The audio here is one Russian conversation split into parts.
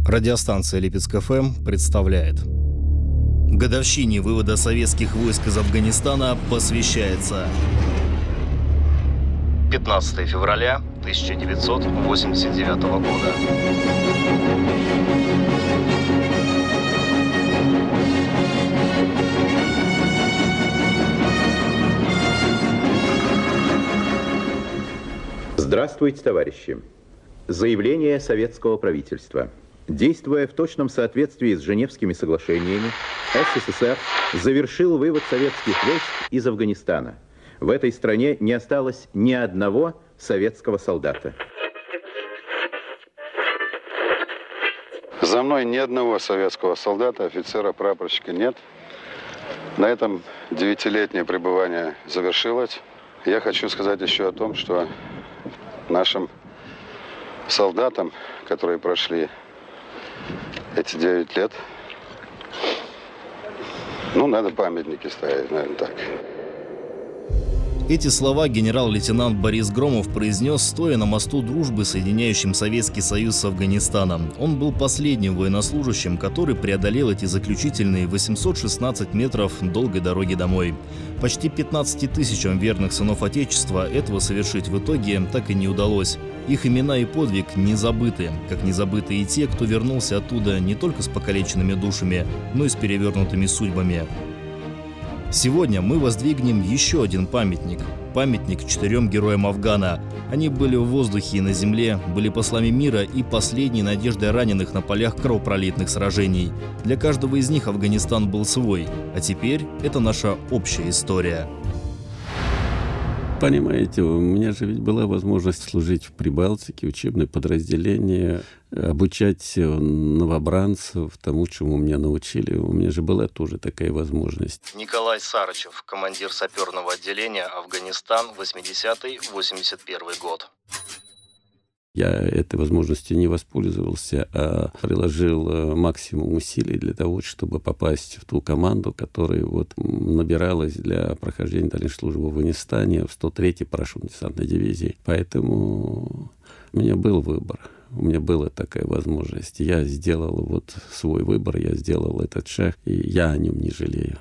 Радиостанция Липецк ФМ представляет. Годовщине вывода советских войск из Афганистана посвящается 15 февраля 1989 года. Здравствуйте, товарищи! Заявление советского правительства. Действуя в точном соответствии с Женевскими соглашениями, СССР завершил вывод советских войск из Афганистана. В этой стране не осталось ни одного советского солдата. За мной ни одного советского солдата, офицера, прапорщика нет. На этом 9-летнее пребывание завершилось. Я хочу сказать еще о том, что нашим солдатам, которые прошли эти 9 лет, надо памятники ставить, наверное, так. Эти слова генерал-лейтенант Борис Громов произнес, стоя на мосту дружбы, соединяющем Советский Союз с Афганистаном. Он был последним военнослужащим, который преодолел эти заключительные 816 метров долгой дороги домой. Почти 15 тысячам верных сынов Отечества этого совершить в итоге так и не удалось. Их имена и подвиг не забыты, как не забыты и те, кто вернулся оттуда не только с покалеченными душами, но и с перевернутыми судьбами. Сегодня мы воздвигнем еще один памятник. Памятник 4 героям Афгана. Они были в воздухе и на земле, были послами мира и последней надеждой раненых на полях кровопролитных сражений. Для каждого из них Афганистан был свой, а теперь это наша общая история. Понимаете, у меня же ведь была возможность служить в Прибалтике, учебное подразделение, обучать новобранцев тому, чему меня научили. У меня же была тоже такая возможность. Николай Сарычев, командир саперного отделения «Афганистан», 80-81 год. Я этой возможностью не воспользовался, а приложил максимум усилий для того, чтобы попасть в ту команду, которая набиралась для прохождения дальнейшей службы в Афганистане в 103-й парашютно-десантной дивизии. Поэтому у меня был выбор. У меня была такая возможность. Я сделал свой выбор, я сделал этот шаг, и я о нем не жалею.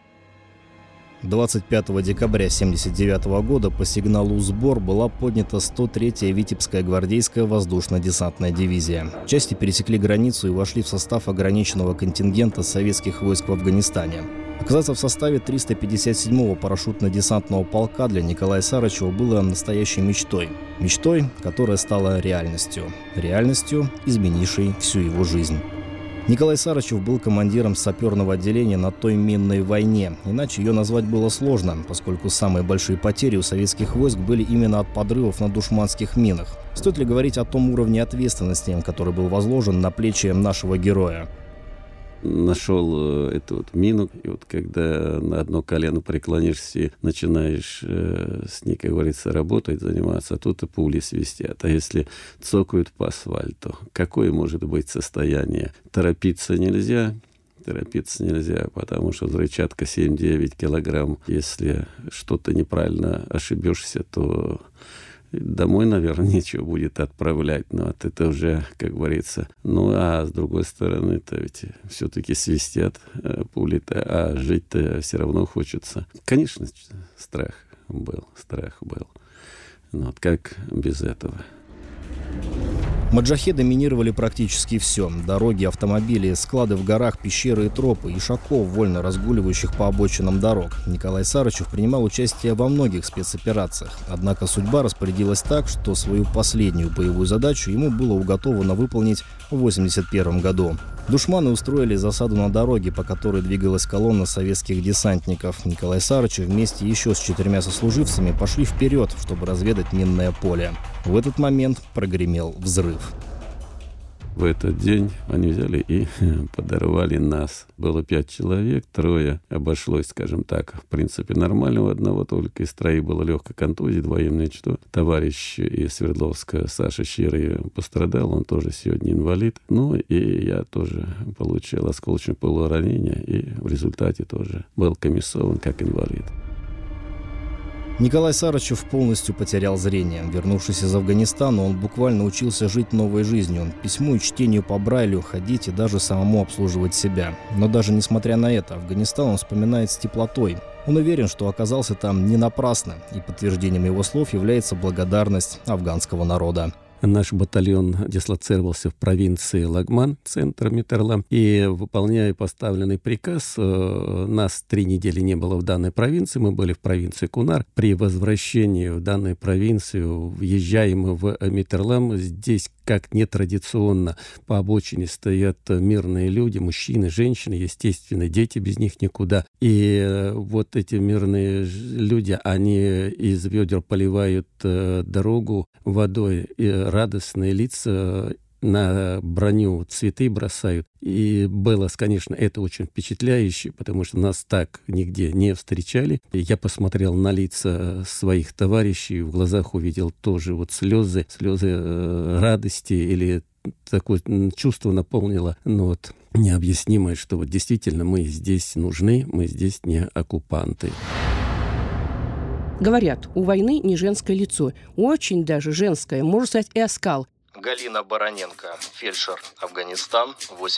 25 декабря 1979 года по сигналу «Сбор» была поднята 103-я Витебская гвардейская воздушно-десантная дивизия. Части пересекли границу и вошли в состав ограниченного контингента советских войск в Афганистане. Оказаться в составе 357-го парашютно-десантного полка для Николая Сарычева было настоящей мечтой. Мечтой, которая стала реальностью. Реальностью, изменившей всю его жизнь. Николай Сарычев был командиром саперного отделения на той минной войне. Иначе ее назвать было сложно, поскольку самые большие потери у советских войск были именно от подрывов на душманских минах. Стоит ли говорить о том уровне ответственности, который был возложен на плечи нашего героя? Нашел эту мину, и когда на одно колено преклонишься и начинаешь с ней, как говорится, работать, заниматься, а тут и пули свистят. А если цокают по асфальту, какое может быть состояние? Торопиться нельзя, потому что взрывчатка 7-9 килограмм. Если что-то неправильно ошибешься, то домой, наверное, нечего будет отправлять. Но это уже, как говорится. А с другой стороны-то ведь все-таки свистят пули-то, а жить-то все равно хочется. Конечно, страх был. Как без этого? Маджахеды минировали практически все. Дороги, автомобили, склады в горах, пещеры и тропы, ишаков, вольно разгуливающих по обочинам дорог. Николай Сарычев принимал участие во многих спецоперациях. Однако судьба распорядилась так, что свою последнюю боевую задачу ему было уготовано выполнить в 1981 году. Душманы устроили засаду на дороге, по которой двигалась колонна советских десантников. Николай Сарычев вместе еще с 4 сослуживцами пошли вперед, чтобы разведать минное поле. В этот момент прогремел взрыв. В этот день они взяли и подорвали нас. Было 5 человек, 3 обошлось, скажем так, в принципе, нормально. У одного только из 3 было легкая контузия, двоемное что. Товарищ из Свердловска Саша Щирый пострадал, он тоже сегодня инвалид. И я тоже получил осколочное полуранение, и в результате тоже был комиссован как инвалид. Николай Сарычев полностью потерял зрение. Вернувшись из Афганистана, он буквально учился жить новой жизнью. Письму и чтению по Брайлю, ходить и даже самому обслуживать себя. Но даже несмотря на это, Афганистан он вспоминает с теплотой. Он уверен, что оказался там не напрасно, и подтверждением его слов является благодарность афганского народа. Наш батальон дислоцировался в провинции Лагман, центр Миттерлам, и, выполняя поставленный приказ, нас 3 недели не было в данной провинции, мы были в провинции Кунар. При возвращении в данную провинцию въезжаем мы в Миттерлам. Здесь, как нетрадиционно, по обочине стоят мирные люди, мужчины, женщины, естественно, дети, без них никуда. И вот эти мирные люди, они из ведер поливают дорогу водой, и радостные лица на броню цветы бросают. И было, конечно, это очень впечатляюще, потому что нас так нигде не встречали. И я посмотрел на лица своих товарищей, в глазах увидел тоже вот слезы радости, или такое чувство наполнило, необъяснимое, что вот действительно мы здесь нужны, мы здесь не оккупанты. Говорят, у войны не женское лицо, очень даже женское, можно сказать, и оскал. Галина Бароненко, фельдшер, Афганистан,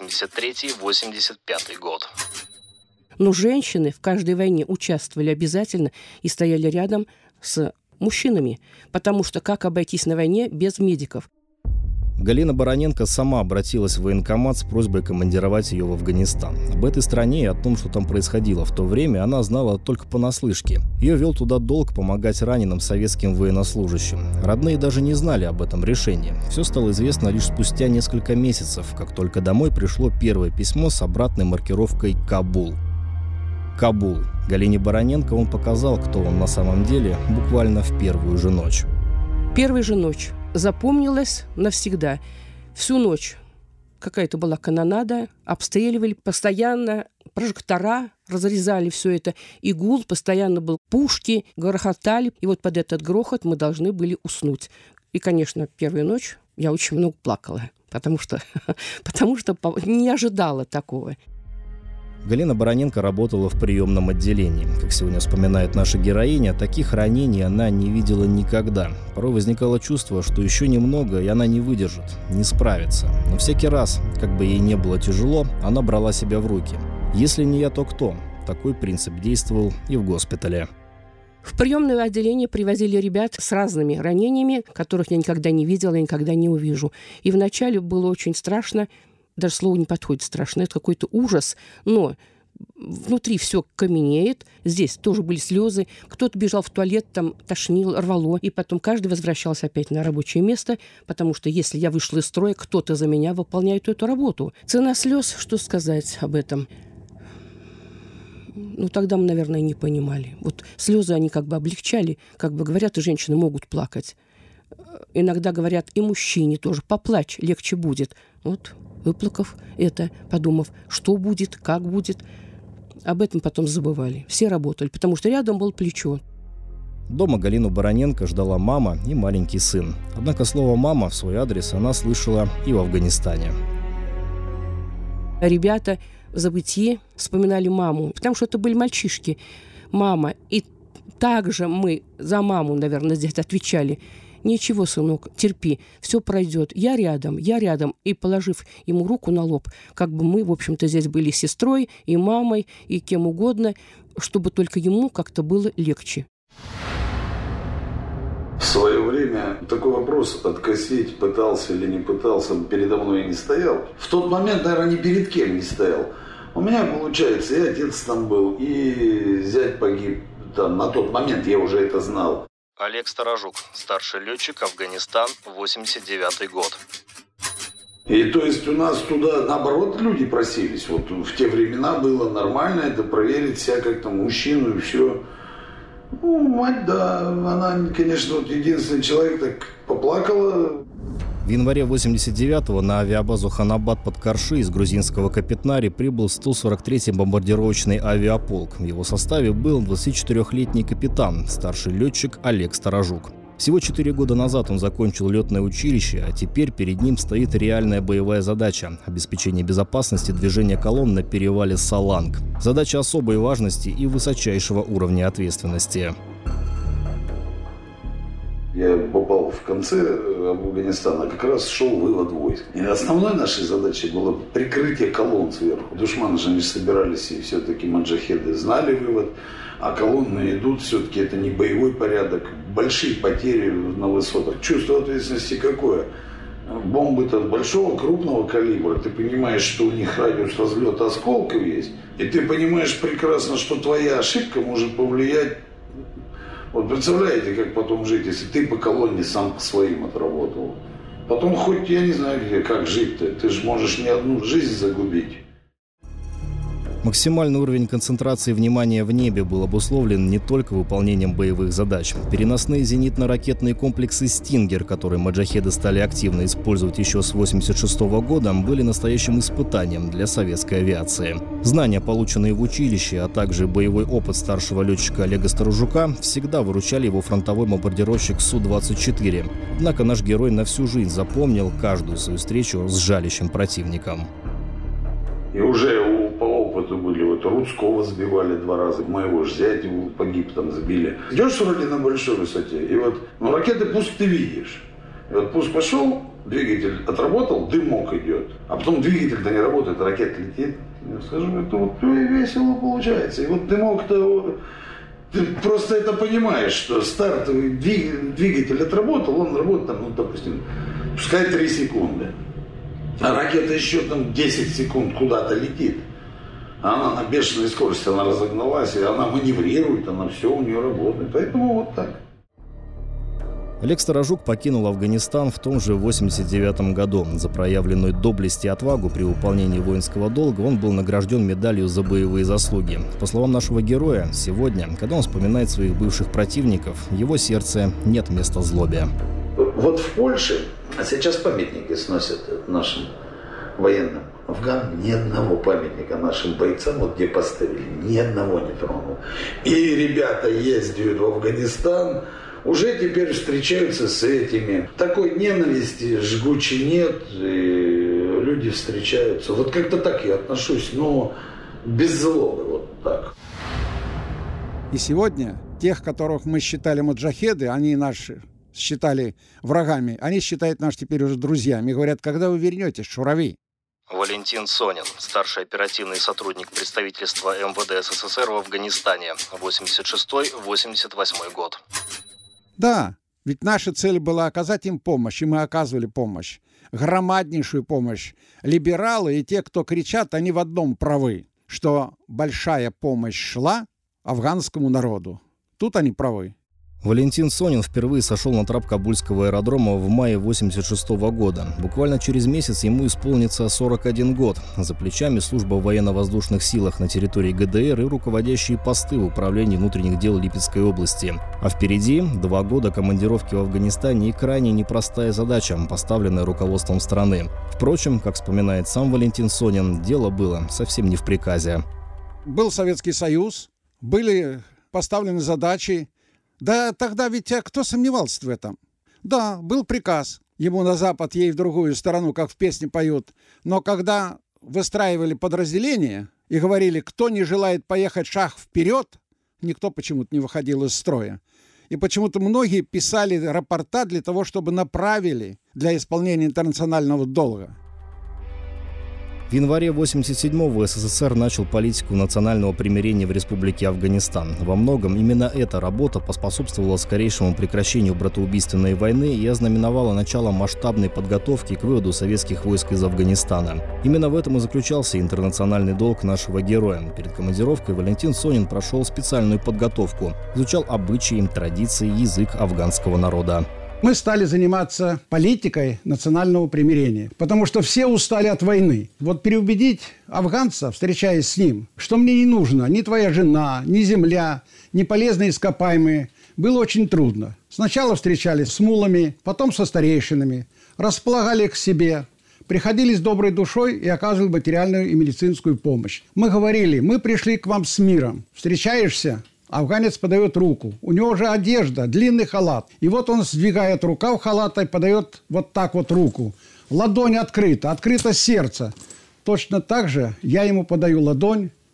83-85 год. Но женщины в каждой войне участвовали обязательно и стояли рядом с мужчинами, потому что как обойтись на войне без медиков? Галина Бароненко сама обратилась в военкомат с просьбой командировать ее в Афганистан. Об этой стране и о том, что там происходило в то время, она знала только понаслышке. Ее вел туда долг помогать раненым советским военнослужащим. Родные даже не знали об этом решении. Все стало известно лишь спустя несколько месяцев, как только домой пришло первое письмо с обратной маркировкой «Кабул». Кабул. Галине Бароненко он показал, кто он на самом деле, буквально в первую же ночь. Первая же ночь запомнилась навсегда. Всю ночь какая-то была канонада, обстреливали постоянно, прожектора разрезали все это, и гул постоянно был, пушки грохотали, и вот под этот грохот мы должны были уснуть. И, конечно, первую ночь я очень много плакала, потому что не ожидала такого. Галина Бароненко работала в приемном отделении. Как сегодня вспоминает наша героиня, таких ранений она не видела никогда. Порой возникало чувство, что еще немного, и она не выдержит, не справится. Но всякий раз, как бы ей не было тяжело, она брала себя в руки. Если не я, то кто? Такой принцип действовал и в госпитале. В приемное отделение привозили ребят с разными ранениями, которых я никогда не видела и никогда не увижу. И вначале было очень страшно, даже слово не подходит страшно, это какой-то ужас, но внутри все каменеет, здесь тоже были слезы, кто-то бежал в туалет, там тошнил, рвало, и потом каждый возвращался опять на рабочее место, потому что если я вышла из строя, кто-то за меня выполняет эту работу. Цена слез, что сказать об этом? Тогда мы, наверное, не понимали. Вот слезы, они как бы облегчали, как бы говорят, и женщины могут плакать. Иногда говорят, и мужчине тоже, поплачь, легче будет. Вот, выплакав это, подумав, что будет, как будет, об этом потом забывали. Все работали, потому что рядом было плечо. Дома Галину Бароненко ждала мама и маленький сын. Однако слово «мама» в свой адрес она слышала и в Афганистане. Ребята в забытии вспоминали маму, потому что это были мальчишки. Мама. И также мы за маму, наверное, здесь отвечали. Ничего, сынок, терпи, все пройдет. Я рядом. И, положив ему руку на лоб, как бы мы, в общем-то, здесь были сестрой, и мамой, и кем угодно, чтобы только ему как-то было легче. В свое время такой вопрос откосить, пытался или не пытался, передо мной не стоял. В тот момент, наверное, ни перед кем не стоял. У меня, получается, и отец там был, и зять погиб. Там, на тот момент я уже это знал. Олег Сторожук, старший летчик, Афганистан, 89-й год. И то есть у нас туда, наоборот, люди просились. Вот в те времена было нормально это проверить себя как-то мужчину и все. Мать, да, она, конечно, вот единственный человек так поплакала. В январе 89-го на авиабазу Ханабад под Карши из грузинского Капетнари прибыл 143-й бомбардировочный авиаполк. В его составе был 24-летний капитан, старший летчик Олег Сторожук. Всего 4 года назад он закончил летное училище, а теперь перед ним стоит реальная боевая задача – обеспечение безопасности движения колонн на перевале Саланг. Задача особой важности и высочайшего уровня ответственности. Я попал в конце Афганистана, как раз шел вывод войск. И основной нашей задачей было прикрытие колонн сверху. Душманы же не собирались, и все-таки маджахеды знали вывод. А колонны идут, все-таки это не боевой порядок. Большие потери на высотах. Чувство ответственности какое? Бомбы-то большого, крупного калибра. Ты понимаешь, что у них радиус разлета осколков есть. И ты понимаешь прекрасно, что твоя ошибка может повлиять. Вот представляете, как потом жить, если ты по колонне сам по своим отработал. Потом хоть, я не знаю, где, как жить-то. Ты же можешь не одну жизнь загубить. Максимальный уровень концентрации внимания в небе был обусловлен не только выполнением боевых задач. Переносные зенитно-ракетные комплексы «Стингер», которые маджахеды стали активно использовать еще с 1986 года, были настоящим испытанием для советской авиации. Знания, полученные в училище, а также боевой опыт старшего летчика Олега Сторожука всегда выручали его фронтовой бомбардировщик Су-24. Однако наш герой на всю жизнь запомнил каждую свою встречу с жалящим противником. И уже по опыту были, вот Рудского сбивали 2 раза, моего же зятя погиб, там сбили. Идешь вроде на большой высоте, и вот ракеты пуск ты видишь. И вот пуск пошел, двигатель отработал, дымок идет. А потом двигатель-то не работает, ракета летит. Я скажу, это вот весело получается. И вот дымок-то, ты просто это понимаешь, что стартовый двигатель отработал, он работает там, ну, допустим, пускай 3 секунды. А ракета еще там 10 секунд куда-то летит. А она на бешеной скорости, она разогналась, и она маневрирует, она все у нее работает. Поэтому вот так. Олег Сторожук покинул Афганистан в том же 1989 году. За проявленную доблесть и отвагу при выполнении воинского долга он был награжден медалью за боевые заслуги. По словам нашего героя, сегодня, когда он вспоминает своих бывших противников, в его сердце нет места злобе. Вот в Польше, а сейчас памятники сносят нашим военным. Афган ни одного памятника нашим бойцам, вот где поставили, ни одного не тронул. И ребята ездят в Афганистан, уже теперь встречаются с этими. Такой ненависти жгучей нет, и люди встречаются. Вот как-то так я отношусь, но без злобы, вот так. И сегодня тех, которых мы считали маджахеды, они наши считали врагами, они считают нас теперь уже друзьями. И говорят, когда вы вернетесь, шурави? Валентин Сонин, старший оперативный сотрудник представительства МВД СССР в Афганистане, 86-88 год. Да, ведь наша цель была оказать им помощь, и мы оказывали помощь. Громаднейшую помощь. Либералы и те, кто кричат, они в одном правы, что большая помощь шла афганскому народу. Тут они правы. Валентин Сонин впервые сошел на трап Кабульского аэродрома в мае 1986 года. Буквально через месяц ему исполнится 41 год. За плечами служба в военно-воздушных силах на территории ГДР и руководящие посты в управлении внутренних дел Липецкой области. А впереди 2 года командировки в Афганистане и крайне непростая задача, поставленная руководством страны. Впрочем, как вспоминает сам Валентин Сонин, дело было совсем не в приказе. Был Советский Союз, были поставлены задачи. Да тогда ведь кто сомневался в этом? Да, был приказ. Ему на запад, ей в другую сторону, как в песне поют. Но когда выстраивали подразделения и говорили, кто не желает поехать шаг вперед, никто почему-то не выходил из строя. И почему-то многие писали рапорта для того, чтобы направили для исполнения интернационального долга. В январе 1987-го СССР начал политику национального примирения в Республике Афганистан. Во многом именно эта работа поспособствовала скорейшему прекращению братоубийственной войны и ознаменовала начало масштабной подготовки к выводу советских войск из Афганистана. Именно в этом и заключался интернациональный долг нашего героя. Перед командировкой Валентин Сонин прошел специальную подготовку, изучал обычаи, традиции, язык афганского народа. Мы стали заниматься политикой национального примирения, потому что все устали от войны. Вот переубедить афганца, встречаясь с ним, что мне не нужно ни твоя жена, ни земля, ни полезные ископаемые, было очень трудно. Сначала встречались с мулами, потом со старейшинами, располагали их к себе, приходили с доброй душой и оказывали материальную и медицинскую помощь. Мы говорили, мы пришли к вам с миром. Встречаешься? Афганец подает руку. У него же одежда, длинный халат. И вот он сдвигает рукав халата и подает вот так вот руку. Ладонь открыта, открыто сердце. Точно так же я ему подаю ладонь,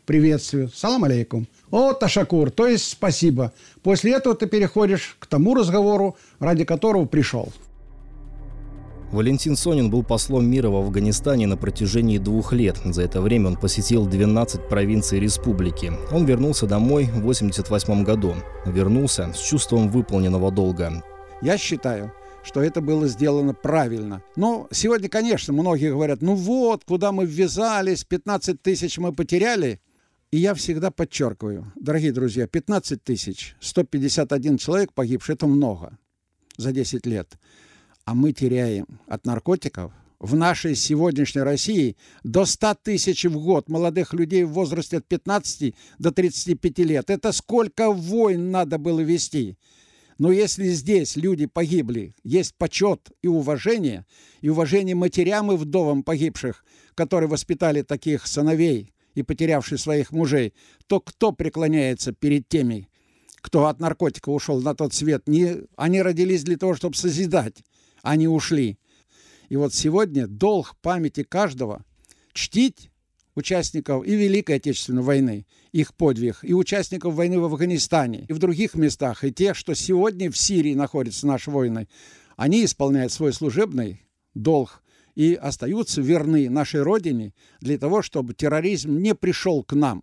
приветствию. Салам алейкум. О, ташакур, то есть спасибо. После этого ты переходишь к тому разговору, ради которого пришел. Валентин Сонин был послом мира в Афганистане на протяжении 2 лет. За это время он посетил 12 провинций республики. Он вернулся домой в 1988 году. Вернулся с чувством выполненного долга. Я считаю, что это было сделано правильно. Но сегодня, конечно, многие говорят, ну вот, куда мы ввязались, 15 тысяч мы потеряли. И я всегда подчеркиваю, дорогие друзья, 15 тысяч, 151 человек погибший, это много за 10 лет. А мы теряем от наркотиков в нашей сегодняшней России до 100 тысяч в год молодых людей в возрасте от 15 до 35 лет. Это сколько войн надо было вести. Но если здесь люди погибли, есть почет и уважение матерям и вдовам погибших, которые воспитали таких сыновей и потерявших своих мужей, то кто преклоняется перед теми, кто от наркотика ушел на тот свет? Они родились для того, чтобы созидать. Они ушли. И вот сегодня долг памяти каждого чтить участников и Великой Отечественной войны, их подвиг, и участников войны в Афганистане, и в других местах, и тех, что сегодня в Сирии находятся наши воины. Они исполняют свой служебный долг и остаются верны нашей Родине для того, чтобы терроризм не пришел к нам.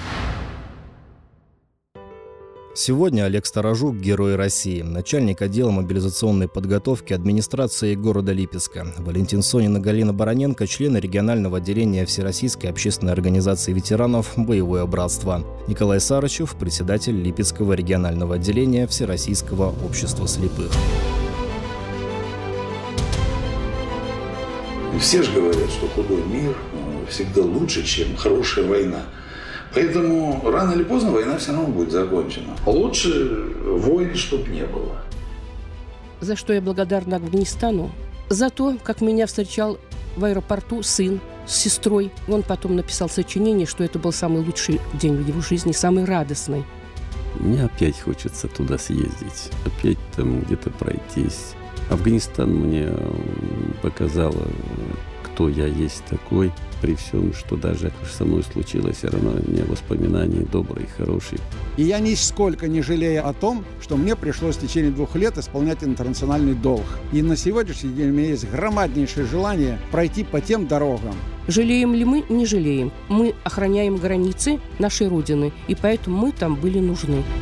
Сегодня Олег Сторожук – герой России, начальник отдела мобилизационной подготовки администрации города Липецка. Валентин Сонин и Галина Бароненко – члены регионального отделения Всероссийской общественной организации ветеранов «Боевое братство». Николай Сарычев – председатель Липецкого регионального отделения Всероссийского общества слепых. Все же говорят, что худой мир всегда лучше, чем хорошая война. Поэтому рано или поздно война все равно будет закончена. Лучше войн, чтоб не было. За что я благодарна Афганистану? За то, как меня встречал в аэропорту сын с сестрой. Он потом написал сочинение, что это был самый лучший день в его жизни, самый радостный. Мне опять хочется туда съездить, опять там где-то пройтись. Афганистан мне показал, кто я есть такой. При всем, что даже со мной случилось, все равно у меня воспоминания добрые, хорошие. И я нисколько не жалею о том, что мне пришлось в течение 2 лет исполнять интернациональный долг. И на сегодняшний день у меня есть громаднейшее желание пройти по тем дорогам. Жалеем ли мы? Не жалеем. Мы охраняем границы нашей Родины, и поэтому мы там были нужны.